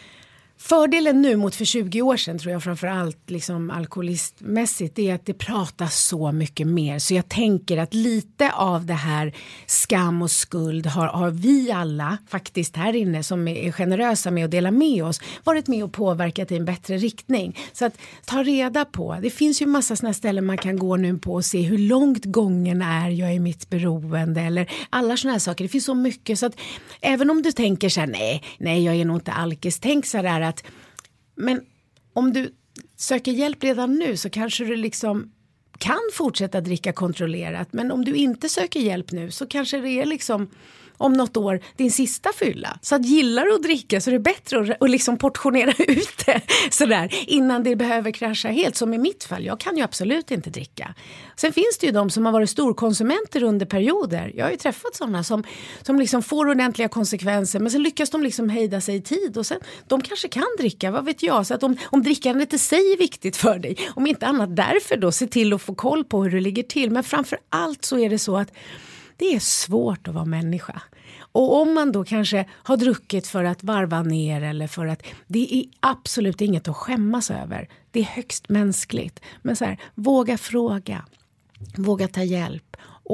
Speaker 3: Fördelen nu mot för 20 år sedan tror jag framförallt liksom alkoholistmässigt är att det pratas så mycket mer. Så jag tänker att lite av det här skam och skuld har vi alla faktiskt här inne som är generösa med att dela med oss varit med och påverkat i en bättre riktning. Så att ta reda på, det finns ju massa sådana ställen man kan gå nu på och se hur långt gången är jag i mitt beroende eller alla sådana här saker. Det finns så mycket så att även om du tänker så här, nej jag är nog inte alkis, tänk så där att men om du söker hjälp redan nu så kanske du liksom kan fortsätta dricka kontrollerat. Men om du inte söker hjälp nu så kanske det är liksom om något år din sista fylla. Så att gillar du att dricka så är det bättre att liksom portionera ut det sådär innan det behöver krascha helt. Som i mitt fall, jag kan ju absolut inte dricka. Sen finns det ju de som har varit storkonsumenter under perioder. Jag har ju träffat sådana som liksom får ordentliga konsekvenser men sen lyckas de liksom hejda sig i tid och sen de kanske kan dricka, vad vet jag. Så att om drickandet i sig är viktigt för dig, om inte annat därför då se till att få koll på hur det ligger till. Men framför allt så är det så att det är svårt att vara människa. Och om man då kanske har druckit för att varva ner eller för att det är absolut inget att skämmas över. Det är högst mänskligt. Men så här, våga fråga, våga ta hjälp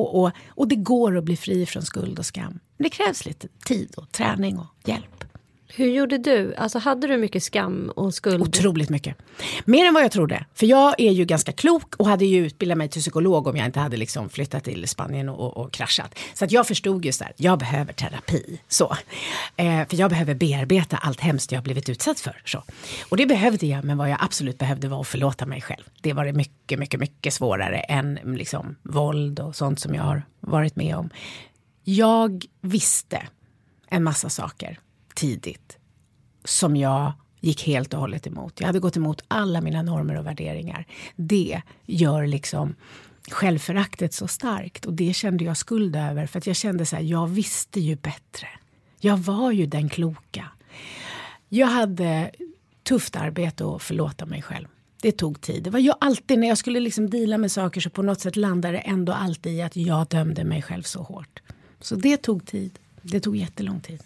Speaker 3: och det går att bli fri från skuld och skam. Men det krävs lite tid och träning och hjälp.
Speaker 1: Hur gjorde du? Alltså hade du mycket skam och skuld?
Speaker 3: Otroligt mycket. Mer än vad jag trodde. För jag är ju ganska klok och hade ju utbildat mig till psykolog om jag inte hade liksom flyttat till Spanien och kraschat. Så att jag förstod ju så här, jag behöver terapi. Så. För jag behöver bearbeta allt hemskt jag har blivit utsatt för. Så. Och det behövde jag, men vad jag absolut behövde var att förlåta mig själv. Det var det mycket, mycket, mycket svårare än liksom våld och sånt som jag har varit med om. Jag visste en massa saker tidigt som jag gick helt och hållet emot. Jag hade gått emot alla mina normer och värderingar. Det gör liksom självföraktet så starkt och det kände jag skuld över för att jag kände så här, jag visste ju bättre. Jag var ju den kloka. Jag hade tufft arbete att förlåta mig själv. Det tog tid. Det var jag alltid när jag skulle liksom deala med saker så på något sätt landade ändå alltid i att jag dömde mig själv så hårt. Så det tog tid. Det tog jättelång tid.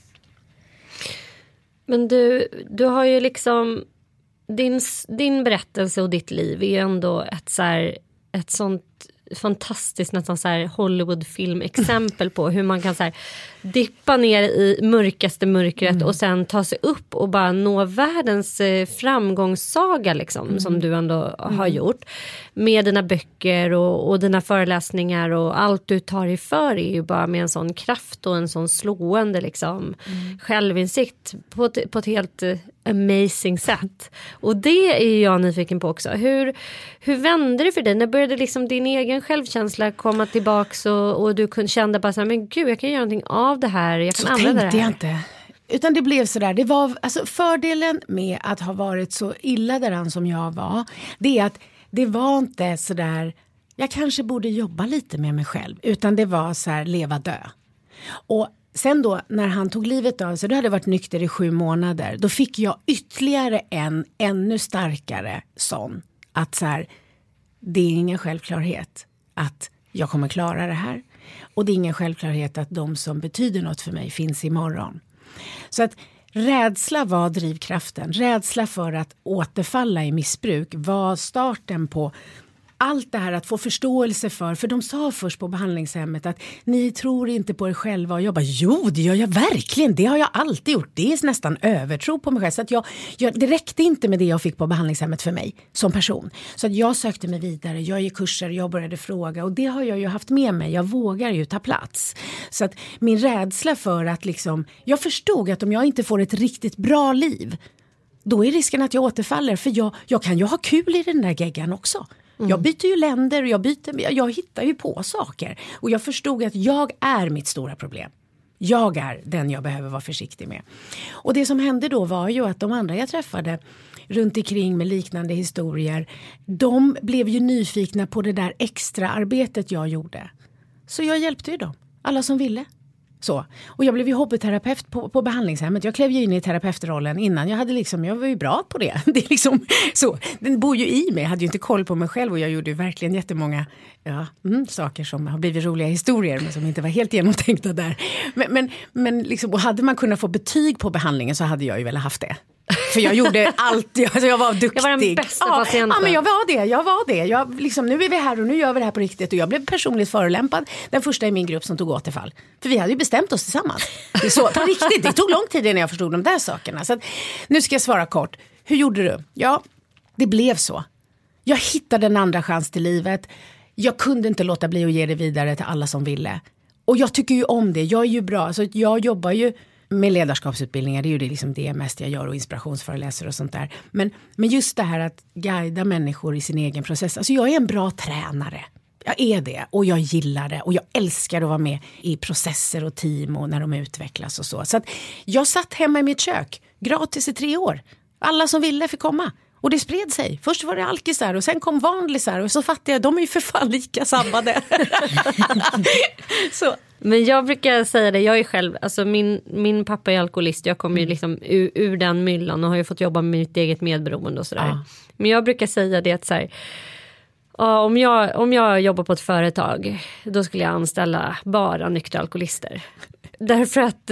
Speaker 1: Men du har ju liksom din berättelse och ditt liv är ju ändå ett sånt fantastiskt nästan så här Hollywoodfilm exempel på hur man kan så här dippa ner i mörkaste mörkret och sen ta sig upp och bara nå världens framgångssaga liksom, som du ändå har gjort med dina böcker och dina föreläsningar och allt du tar dig för är ju bara med en sån kraft och en sån slående liksom självinsikt på ett helt amazing sätt. Och det är jag nyfiken på också. Hur vände det för dig? När började liksom din egen självkänsla komma tillbaks och du kände bara så här, men gud, jag kan göra någonting av det här. Jag kan använda det här. Så tänkte jag inte.
Speaker 3: Utan det blev sådär. Det var, alltså, fördelen med att ha varit så illa däran som jag var, det är att det var inte sådär, jag kanske borde jobba lite med mig själv. Utan det var så här, leva dö. Och sen då när han tog livet av sig, då hade jag varit nykter i 7 månader. Då fick jag ytterligare en ännu starkare sån. Att så här, det är ingen självklarhet att jag kommer klara det här. Och det är ingen självklarhet att de som betyder något för mig finns imorgon. Så att rädsla var drivkraften. Rädsla för att återfalla i missbruk var starten på allt det här att få förståelse för de sa först på behandlingshemmet att ni tror inte på er själva. Och jag bara, jo det gör jag verkligen, det har jag alltid gjort. Det är nästan övertro på mig själv. Så att det räckte inte med det jag fick på behandlingshemmet för mig som person. Så att jag sökte mig vidare, jag gick kurser, jag började fråga. Och det har jag ju haft med mig, jag vågar ju ta plats. Så att min rädsla för att liksom, jag förstod att om jag inte får ett riktigt bra liv, då är risken att jag återfaller. För jag kan ju ha kul i den där geggan också. Jag byter ju länder och jag hittar ju på saker. Och jag förstod att jag är mitt stora problem. Jag är den jag behöver vara försiktig med. Och det som hände då var ju att de andra jag träffade runt omkring med liknande historier, de blev ju nyfikna på det där extra arbetet jag gjorde. Så jag hjälpte ju dem, alla som ville. Så. Och jag blev ju hobbyterapeut på behandlingshemmet. Jag klev ju in i terapeutrollen innan. Jag var ju bra på det. Det är liksom så. Den bor ju i mig. Jag hade ju inte koll på mig själv och jag gjorde ju verkligen jättemånga saker som har blivit roliga historier men som inte var helt genomtänkta där. Men liksom, och hade man kunnat få betyg på behandlingen så hade jag ju väl haft det. För jag gjorde allt, alltså jag var duktig.
Speaker 1: Jag var den bästa patienten.
Speaker 3: Ja, men jag var det. Nu är vi här och nu gör vi det här på riktigt. Och jag blev personligt förolämpad. Den första i min grupp som tog återfall. För vi hade ju bestämt oss tillsammans. Det är så, på riktigt, det tog lång tid innan jag förstod de där sakerna. Så att, nu ska jag svara kort. Hur gjorde du? Ja, det blev så. Jag hittade en andra chans till livet. Jag kunde inte låta bli att ge det vidare till alla som ville. Och jag tycker ju om det. Jag är ju bra. Så jag jobbar ju med ledarskapsutbildningar, det är ju liksom det mest jag gör och inspirationsföreläsare och sånt där. Men just det här att guida människor i sin egen process. Alltså jag är en bra tränare. Jag är det och jag gillar det och jag älskar att vara med i processer och team och när de utvecklas och så. Så att jag satt hemma i mitt kök gratis i 3 år. Alla som ville fick komma. Och det spred sig. Först var det alkisar och sen kom vanlisar och så fattade jag, de är ju för fan lika sabbade. Så.
Speaker 1: Men jag brukar säga det, jag är själv, alltså min pappa är alkoholist, jag kommer ju liksom ur den myllan och har ju fått jobba med mitt eget medberoende och sådär. Ja. Men jag brukar säga det att så här, om jag jobbar på ett företag, då skulle jag anställa bara nyktra alkoholister. Därför att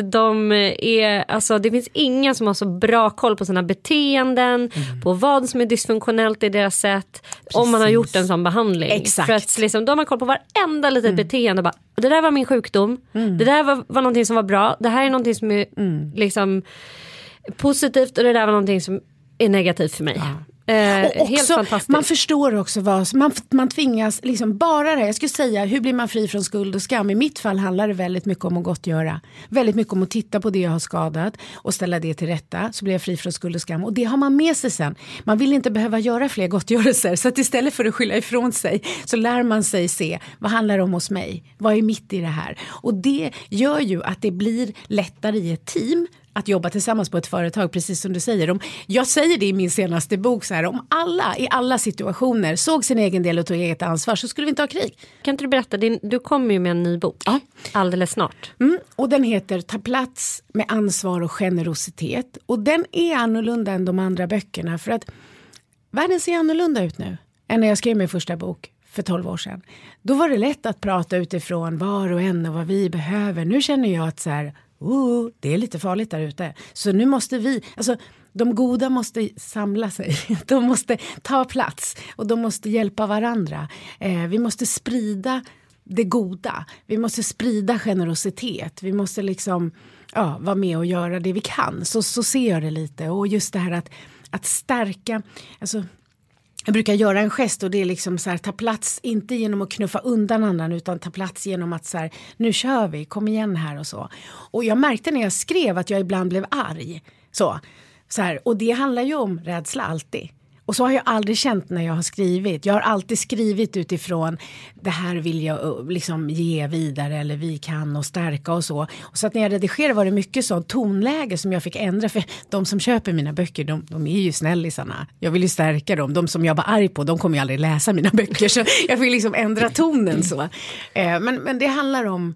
Speaker 1: det finns ingen som har så bra koll på sina beteenden, på vad som är dysfunktionellt i deras sätt. Precis. Om man har gjort en sån behandling.
Speaker 3: Exakt.
Speaker 1: För att liksom, då har man koll på varenda litet beteende. Bara, det där var min sjukdom. Det där var någonting som var bra. Det här är någonting som är liksom positivt och det där var någonting som är negativt för mig. Ja.
Speaker 3: Och
Speaker 1: helt
Speaker 3: också,
Speaker 1: fantastiskt.
Speaker 3: man förstår också vad man tvingas liksom bara det här. Jag skulle säga, hur blir man fri från skuld och skam? I mitt fall handlar det väldigt mycket om att gottgöra. Väldigt mycket om att titta på det jag har skadat och ställa det till rätta. Så blir jag fri från skuld och skam. Och det har man med sig sen. Man vill inte behöva göra fler gottgörelser. Så att istället för att skylla ifrån sig så lär man sig se, vad handlar det om hos mig? Vad är mitt i det här? Och det gör ju att det blir lättare i ett team att jobba tillsammans på ett företag, precis som du säger. Jag säger det i min senaste bok så här, om alla i alla situationer såg sin egen del och tog eget ansvar så skulle vi inte ha krig.
Speaker 1: Kan inte du berätta, du kommer ju med en ny bok alldeles snart.
Speaker 3: Och den heter Ta plats med ansvar och generositet. Och den är annorlunda än de andra böckerna för att världen ser annorlunda ut nu än när jag skrev min första bok för 12 år sedan. Då var det lätt att prata utifrån var och en och vad vi behöver. Nu känner jag att så här, det är lite farligt där ute. Så nu måste de goda måste samla sig. De måste ta plats och de måste hjälpa varandra. Vi måste sprida det goda. Vi måste sprida generositet. Vi måste liksom vara med och göra det vi kan. Så ser jag det lite. Och just det här att stärka, alltså jag brukar göra en gest och det är liksom så här, ta plats inte genom att knuffa undan annan utan ta plats genom att så här, nu kör vi, kom igen här och så. Och jag märkte när jag skrev att jag ibland blev arg. Så här, och det handlar ju om rädsla alltid. Och så har jag aldrig känt när jag har skrivit. Jag har alltid skrivit utifrån det här vill jag liksom ge vidare eller vi kan och stärka och så. Och så att när jag redigerade var det mycket sånt tonläge som jag fick ändra. För de som köper mina böcker, de är ju snällisarna. Jag vill ju stärka dem. De som jag var arg på, de kommer ju aldrig läsa mina böcker. Så jag vill liksom ändra tonen så. Men det handlar om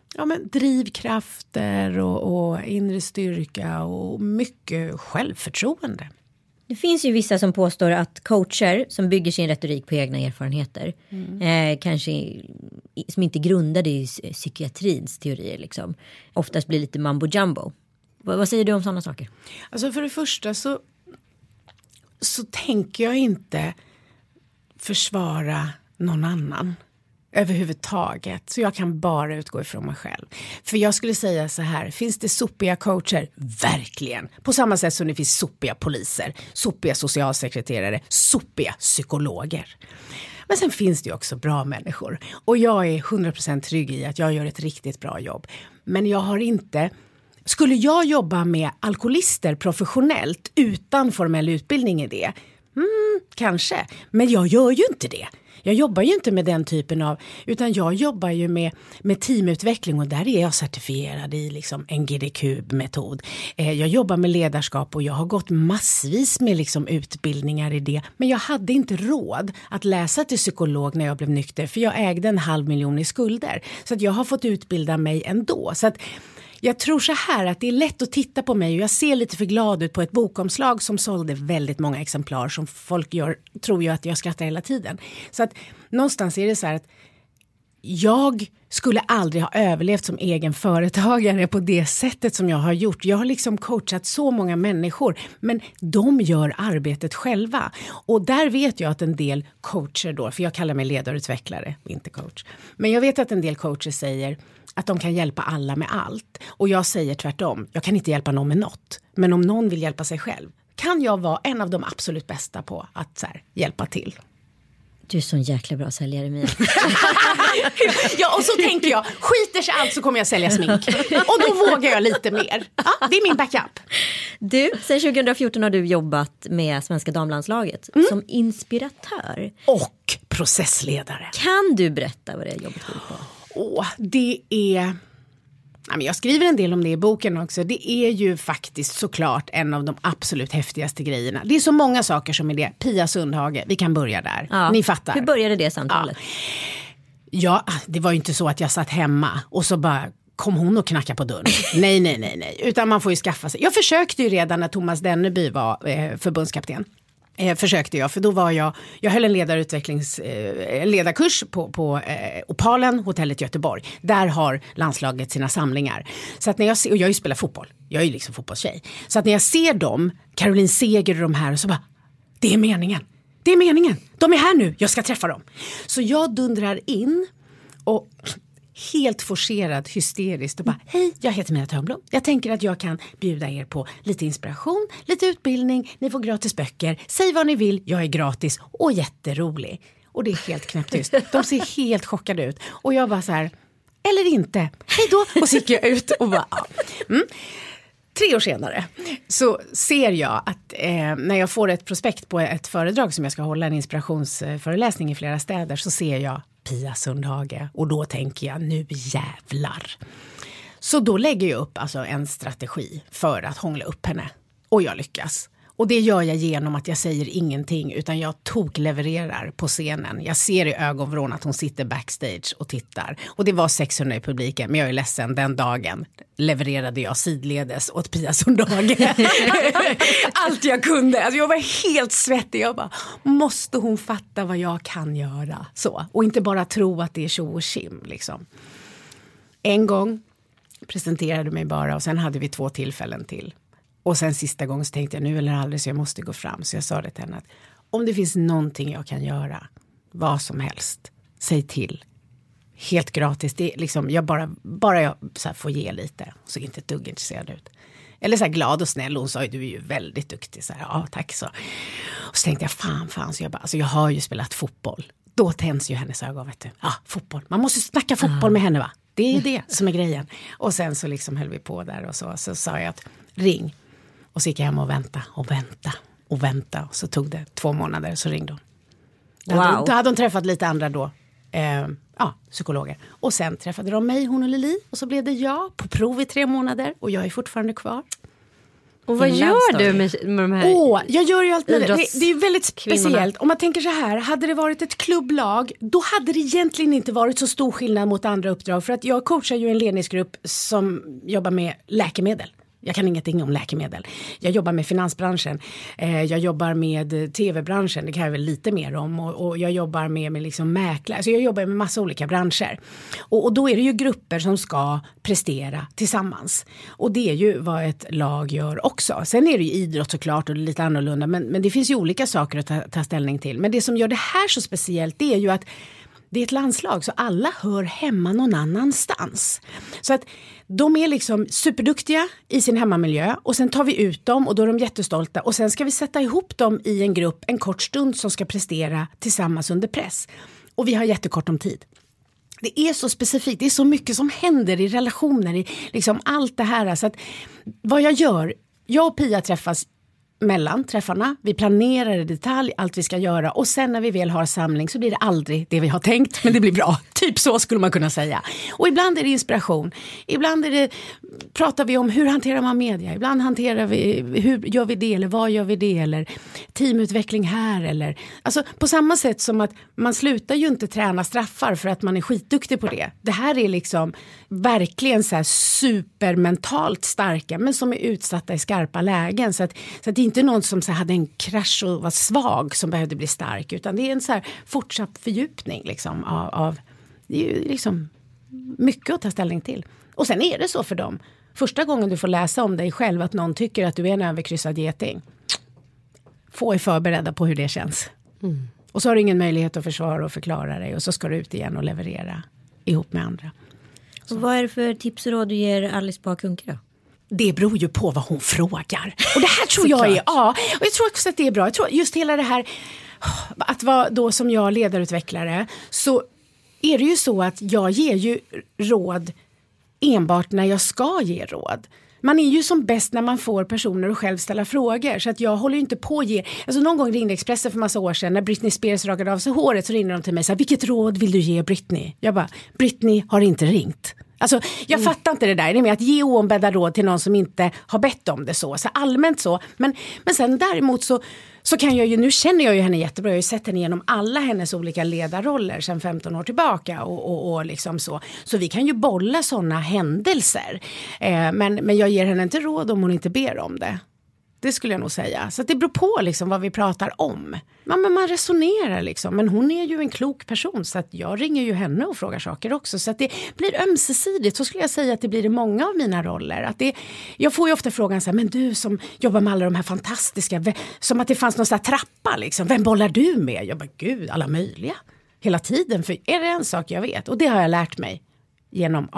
Speaker 3: drivkrafter och inre styrka och mycket självförtroende.
Speaker 2: Det finns ju vissa som påstår att coacher som bygger sin retorik på egna erfarenheter kanske som inte grundade i psykiatrins teorier liksom, oftast blir lite mambo jumbo. Vad säger du om sådana saker?
Speaker 3: Alltså för det första så tänker jag inte försvara någon annan överhuvudtaget. Så jag kan bara utgå ifrån mig själv. För jag skulle säga så här, finns det sopiga coacher? Verkligen. På samma sätt som det finns sopiga poliser, sopiga socialsekreterare, sopiga psykologer. Men sen finns det ju också bra människor. Och jag är 100% trygg i att jag gör ett riktigt bra jobb. Men jag har inte... Skulle jag jobba med alkoholister professionellt utan formell utbildning i det? Kanske. Men jag gör ju inte det. Jag jobbar ju inte med den typen av, utan jag jobbar ju med teamutveckling och där är jag certifierad i liksom en GDQ-metod. Jag jobbar med ledarskap och jag har gått massvis med liksom utbildningar i det. Men jag hade inte råd att läsa till psykolog när jag blev nykter för jag ägde 500 000 i skulder. Så att jag har fått utbilda mig ändå. Så att jag tror så här att det är lätt att titta på mig och jag ser lite för glad ut på ett bokomslag som sålde väldigt många exemplar som folk tror ju att jag skrattar hela tiden. Så att någonstans är det så här att jag skulle aldrig ha överlevt som egen företagare på det sättet som jag har gjort. Jag har liksom coachat så många människor men de gör arbetet själva. Och där vet jag att en del coacher då, för jag kallar mig ledarutvecklare, inte coach. Men jag vet att en del coacher säger att de kan hjälpa alla med allt. Och jag säger tvärtom, jag kan inte hjälpa någon med något. Men om någon vill hjälpa sig själv kan jag vara en av de absolut bästa på att så här, hjälpa till.
Speaker 2: Du är så en jäkla bra säljare, Mia.
Speaker 3: Ja, och så tänker jag, skiter sig allt så kommer jag sälja smink. Och då vågar jag lite mer. Ja, det är min backup.
Speaker 2: Du, sen 2014 har du jobbat med svenska damlandslaget som inspiratör.
Speaker 3: Och processledare.
Speaker 2: Kan du berätta vad det jobbet går på?
Speaker 3: Det är... Jag skriver en del om det i boken också. Det är ju faktiskt såklart en av de absolut häftigaste grejerna. Det är så många saker som är det. Pia Sundhage, vi kan börja där. Ja. Ni fattar.
Speaker 2: Hur började det samtalet?
Speaker 3: Ja, det var ju inte så att jag satt hemma och så bara kom hon och knacka på dörren. Nej. Utan man får ju skaffa sig. Jag försökte ju redan när Thomas Denneby var förbundskapten. Försökte jag, för då var jag höll en ledarkurs på Opalen, hotellet Göteborg. Där har landslaget sina samlingar. Så att när jag ser, och jag har ju spelat fotboll, jag är ju liksom fotbollstjej. Så att när jag ser dem, Caroline Seger och de här, så bara, det är meningen. De är här nu, jag ska träffa dem. Så jag dundrar in och helt forcerad, hysteriskt och bara, hej, jag heter Mia Törnblom. Jag tänker att jag kan bjuda er på lite inspiration, lite utbildning, ni får gratis böcker, säg vad ni vill, jag är gratis och jätterolig. Och det är helt knäpptyst. De ser helt chockade ut. Och jag bara så här, eller inte, hej då. Och så gick jag ut och bara, 3 år senare så ser jag att när jag får ett prospekt på ett föredrag som jag ska hålla en inspirationsföreläsning i flera städer, så ser jag Pia Sundhage och då tänker jag, nu jävlar. Så då lägger jag upp alltså en strategi för att hångla upp henne och jag lyckas. Och det gör jag genom att jag säger ingenting utan jag toklevererar på scenen. Jag ser i ögonvrån att hon sitter backstage och tittar. Och det var 600 i publiken, men jag är ledsen, den dagen levererade jag sidledes åt Pia Sundhage. Allt jag kunde. Alltså jag var helt svettig. Jag bara, måste hon fatta vad jag kan göra? Så. Och inte bara tro att det är tjo och tjim liksom. En gång presenterade mig bara och sen hade vi 2 tillfällen till. Och sen sista gången så tänkte jag, nu eller aldrig, så jag måste gå fram. Så jag sa det till henne att om det finns någonting jag kan göra, vad som helst, säg till. Helt gratis. Det är liksom, jag bara så här får ge lite. Så inte ett dugg intresserad ut. Eller så här glad och snäll. Hon sa ju, du är ju väldigt duktig. Så här, ja, tack så. Och så tänkte jag, fan. Så jag bara, alltså jag har ju spelat fotboll. Då tänds ju hennes ögon, vet du. Ja, fotboll. Man måste snacka fotboll med henne, va? Det är det som är grejen. Och sen så liksom höll vi på där och så sa jag att ring. Och så gick jag hem och vänta. Och så tog det 2 månader, så ringde hon. Då hade de träffat lite andra då. Psykologer. Och sen träffade de mig, hon och Lili. Och så blev det jag på prov i 3 månader. Och jag är fortfarande kvar.
Speaker 1: Och vad gör du med de här?
Speaker 3: Jag gör ju allt med det. Det är ju väldigt speciellt. Om man tänker så här, hade det varit ett klubblag, då hade det egentligen inte varit så stor skillnad mot andra uppdrag. För att jag coachar ju en ledningsgrupp som jobbar med läkemedel. Jag kan ingenting om läkemedel. Jag jobbar med finansbranschen. Jag jobbar med tv-branschen. Det kan jag väl lite mer om. Och jag jobbar med liksom mäklare. Så jag jobbar med massa olika branscher. Och då är det ju grupper som ska prestera tillsammans. Och det är ju vad ett lag gör också. Sen är det ju idrott såklart och det är lite annorlunda. Men det finns ju olika saker att ta ställning till. Men det som gör det här så speciellt, det är ju att det är ett landslag så alla hör hemma någon annanstans. Så att de är liksom superduktiga i sin hemmamiljö och sen tar vi ut dem och då är de jättestolta. Och sen ska vi sätta ihop dem i en grupp en kort stund som ska prestera tillsammans under press. Och vi har jättekort om tid. Det är så specifikt, det är så mycket som händer i relationer, i liksom allt det här. Så att vad jag gör, jag och Pia träffas mellan träffarna. Vi planerar i detalj allt vi ska göra och sen när vi väl har samling så blir det aldrig det vi har tänkt, men det blir bra. Typ så skulle man kunna säga. Och ibland är det inspiration. Ibland är det, pratar vi om hur hanterar man media. Ibland hanterar vi, hur gör vi det eller vad gör vi det eller teamutveckling här eller. Alltså på samma sätt som att man slutar ju inte träna straffar för att man är skitduktig på det. Det här är liksom verkligen så här supermentalt starka men som är utsatta i skarpa lägen. Så att det är inte någon som så hade en krasch och var svag som behövde bli stark utan det är en så här fortsatt fördjupning liksom av det är ju liksom mycket att ta ställning till. Och sen är det så för dem. Första gången du får läsa om dig själv att någon tycker att du är en överkryssad geting. Få är förberedda på hur det känns. Mm. Och så har du ingen möjlighet att försvara och förklara dig och så ska du ut igen och leverera ihop med andra. Så.
Speaker 2: Och vad är det för tips och råd du ger Alice Bah Kuhnke då?
Speaker 3: Det beror ju på vad hon frågar. Och det här tror jag är, ja, och jag tror också att det är bra. Jag tror just hela det här, att vara då som jag ledarutvecklare, så är det ju så att jag ger ju råd enbart när jag ska ge råd. Man är ju som bäst när man får personer att själv ställa frågor. Så att jag håller ju inte på att ge. Alltså någon gång ringde Expressen för massa år sedan när Britney Spears rakade av sig håret så ringde de till mig så här, vilket råd vill du ge Britney? Jag bara, Britney har inte ringt. Alltså jag fattar inte det där. Det är med att ge oombedda råd till någon som inte har bett om det så allmänt så. Men sen däremot så kan jag ju, nu känner jag ju henne jättebra. Jag har ju sett henne genom alla hennes olika ledarroller sedan 15 år tillbaka och liksom så. Så vi kan ju bolla sådana händelser. Men jag ger henne inte råd om hon inte ber om det. Det skulle jag nog säga. Så att det beror på liksom vad vi pratar om. Men man resonerar liksom. Men hon är ju en klok person så att jag ringer ju henne och frågar saker också. Så att det blir ömsesidigt. Så skulle jag säga att det blir i många av mina roller. Att jag får ju ofta frågan så här, men du som jobbar med alla de här fantastiska, som att det fanns någon sån här trappa liksom. Vem bollar du med? Jag bara, gud, alla möjliga. Hela tiden. För är det en sak jag vet? Och det har jag lärt mig genom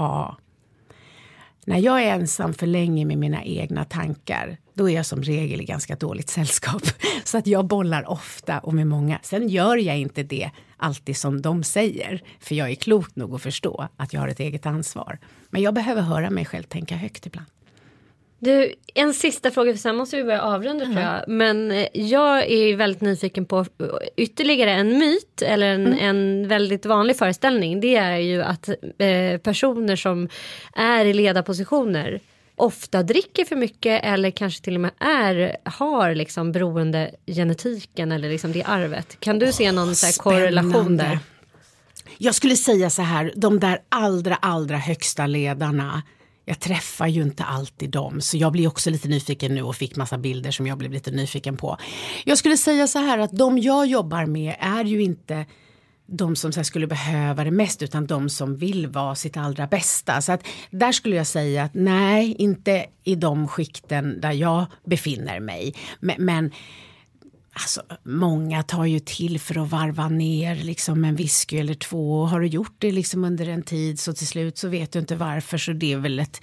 Speaker 3: när jag är ensam för länge med mina egna tankar, då är jag som regel i ganska dåligt sällskap. Så att jag bollar ofta och med många. Sen gör jag inte det alltid som de säger. För jag är klok nog att förstå att jag har ett eget ansvar. Men jag behöver höra mig själv tänka högt ibland.
Speaker 1: Du, en sista fråga, för sen måste vi börja avrunda tror jag. Men jag är väldigt nyfiken på ytterligare en myt eller en väldigt vanlig föreställning. Det är ju att personer som är i ledarpositioner ofta dricker för mycket eller kanske till och med har liksom beroende genetiken eller liksom det arvet. Kan du se någon så här korrelation där?
Speaker 3: Jag skulle säga så här, de där allra högsta ledarna, jag träffar ju inte alltid dem, så jag blir också lite nyfiken nu och fick massa bilder som jag blev lite nyfiken på. Jag skulle säga så här att de jag jobbar med är ju inte de som så här skulle behöva det mest utan de som vill vara sitt allra bästa. Så att där skulle jag säga att nej, inte i de skikten där jag befinner mig. Men alltså, många tar ju till för att varva ner liksom en whisky eller två. Har du gjort det liksom under en tid så till slut så vet du inte varför. Så det är väl ett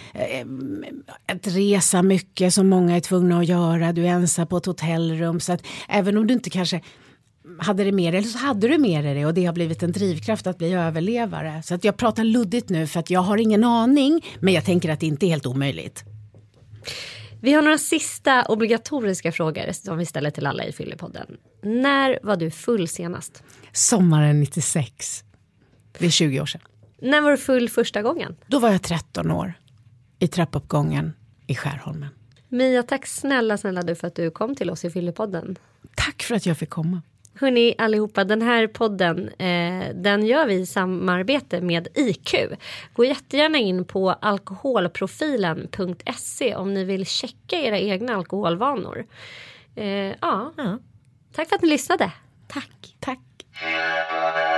Speaker 3: resa mycket som många är tvungna att göra. Du är ensam på ett hotellrum. Så att även om du inte kanske hade det med dig eller så hade du med dig det och det har blivit en drivkraft att bli överlevare. Så att jag pratar luddigt nu för att jag har ingen aning, men jag tänker att det inte är helt omöjligt.
Speaker 1: Vi har några sista obligatoriska frågor som vi ställer till alla i Fyllepodden. När var du full senast?
Speaker 3: Sommaren 96. Det är 20 år sedan.
Speaker 1: När var du full första gången?
Speaker 3: Då var jag 13 år. I trappuppgången i Skärholmen.
Speaker 1: Mia, tack snälla du för att du kom till oss i Fyllepodden.
Speaker 3: Tack för att jag fick komma.
Speaker 1: Hörrni allihopa, den här podden den gör vi i samarbete med IQ. Gå jättegärna in på alkoholprofilen.se om ni vill checka era egna alkoholvanor. Ja. Tack för att ni lyssnade.
Speaker 2: Tack.
Speaker 3: Tack.